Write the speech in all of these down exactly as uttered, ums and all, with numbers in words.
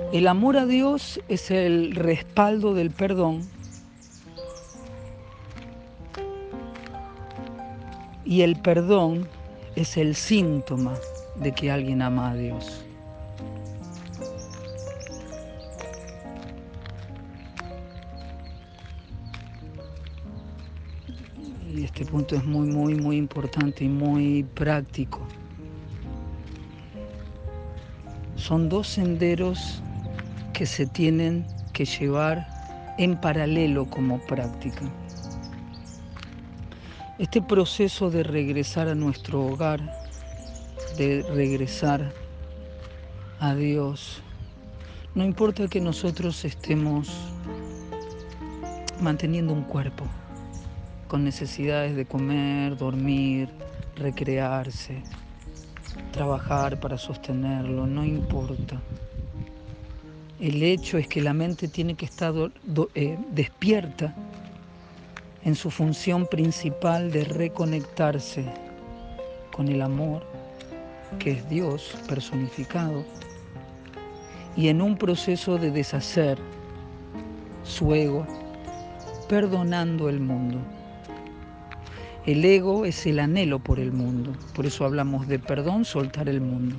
El amor a Dios es el respaldo del perdón y el perdón es el síntoma de que alguien ama a Dios. Y este punto es muy, muy, muy importante y muy práctico. Son dos senderos que se tienen que llevar en paralelo como práctica. Este proceso de regresar a nuestro hogar, de regresar a Dios, no importa que nosotros estemos manteniendo un cuerpo con necesidades de comer, dormir, recrearse, trabajar para sostenerlo, no importa. El hecho es que la mente tiene que estar do, do, eh, despierta en su función principal de reconectarse con el amor, que es Dios personificado, y en un proceso de deshacer su ego, perdonando el mundo. El ego es el anhelo por el mundo, por eso hablamos de perdón, soltar el mundo.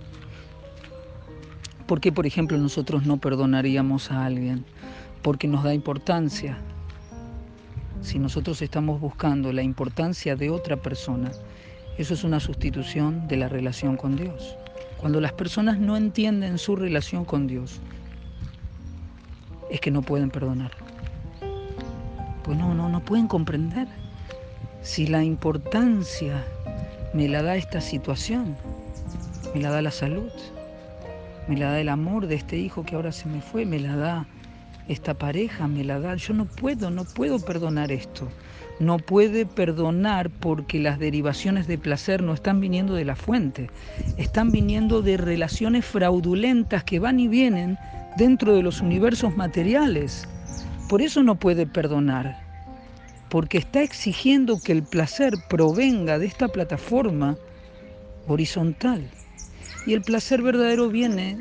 ¿Por qué, por ejemplo, nosotros no perdonaríamos a alguien? Porque nos da importancia. Si nosotros estamos buscando la importancia de otra persona, eso es una sustitución de la relación con Dios. Cuando las personas no entienden su relación con Dios, es que no pueden perdonar. Pues no, no, no pueden comprender. Si la importancia me la da esta situación, me la da la salud, me la da el amor de este hijo que ahora se me fue, me la da esta pareja, me la da. Yo no puedo, no puedo perdonar esto. No puede perdonar porque las derivaciones de placer no están viniendo de la fuente, están viniendo de relaciones fraudulentas que van y vienen dentro de los universos materiales. Por eso no puede perdonar, porque está exigiendo que el placer provenga de esta plataforma horizontal. Y el placer verdadero viene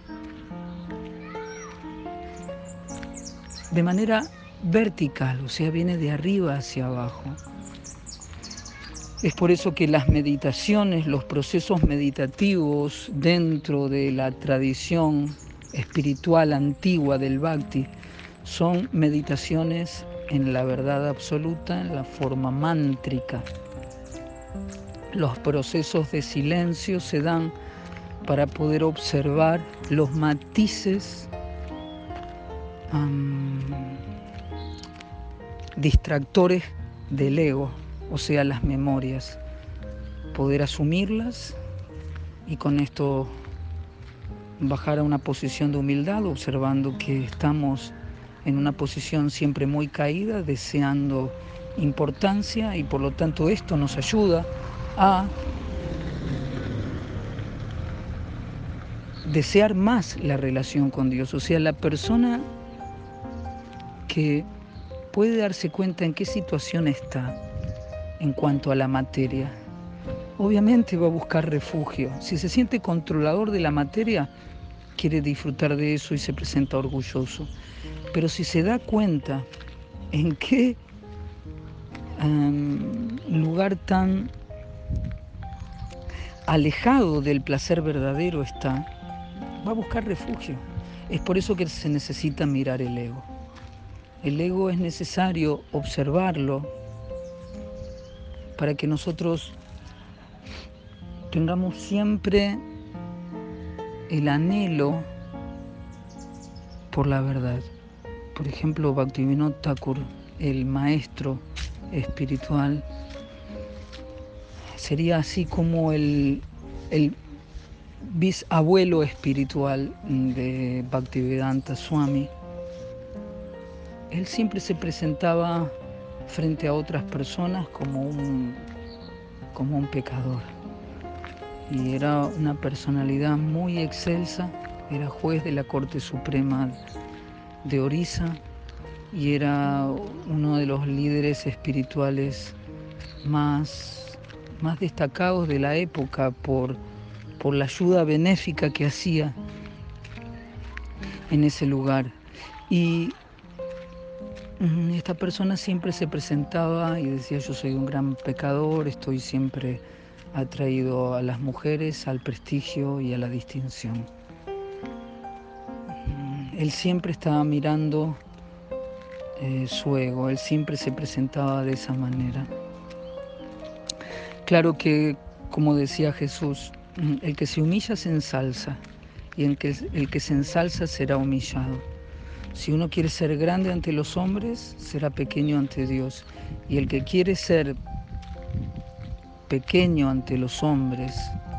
de manera vertical, o sea, viene de arriba hacia abajo. Es por eso que las meditaciones, los procesos meditativos dentro de la tradición espiritual antigua del Bhakti son meditaciones en la verdad absoluta, en la forma mántrica. Los procesos de silencio se dan para poder observar los matices um, distractores del ego, o sea, las memorias, poder asumirlas y con esto bajar a una posición de humildad, observando que estamos en una posición siempre muy caída, deseando importancia, y por lo tanto esto nos ayuda a desear más la relación con Dios. O sea, la persona que puede darse cuenta en qué situación está en cuanto a la materia, obviamente va a buscar refugio. Si se siente controlador de la materia, quiere disfrutar de eso y se presenta orgulloso. Pero si se da cuenta en qué um, lugar tan alejado del placer verdadero está, va a buscar refugio. Es por eso que se necesita mirar el ego. El ego es necesario observarlo para que nosotros tengamos siempre el anhelo por la verdad. Por ejemplo, Bhaktivinoda Thakur, el maestro espiritual, sería así como el, el bisabuelo espiritual de Bhaktivedanta Swami. Él siempre se presentaba frente a otras personas como un, como un pecador. Y era una personalidad muy excelsa, era juez de la Corte Suprema de Orissa y era uno de los líderes espirituales más, más destacados de la época por, por la ayuda benéfica que hacía. en ese lugar. Y mm, esta persona siempre se presentaba y decía: yo soy un gran pecador, estoy siempre atraído a las mujeres, al prestigio y a la distinción. Mm, Él siempre estaba mirando eh, su ego, él siempre se presentaba de esa manera. Claro que, como decía Jesús, mm, el que se humilla se ensalza, y el que, el que se ensalza será humillado. Si uno quiere ser grande ante los hombres, será pequeño ante Dios. Y el que quiere ser pequeño ante los hombres,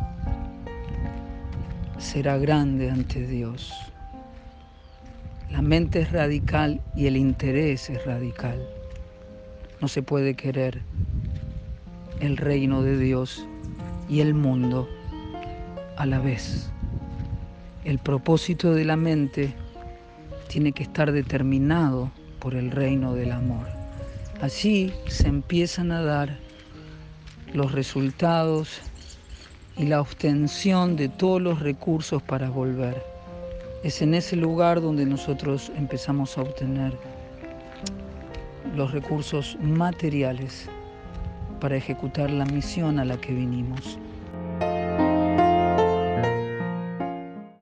será grande ante Dios. La mente es radical y el interés es radical. No se puede querer el reino de Dios y el mundo a la vez. El propósito de la mente tiene que estar determinado por el reino del amor. Allí se empiezan a dar los resultados y la obtención de todos los recursos para volver. Es en ese lugar donde nosotros empezamos a obtener los recursos materiales para ejecutar la misión a la que vinimos.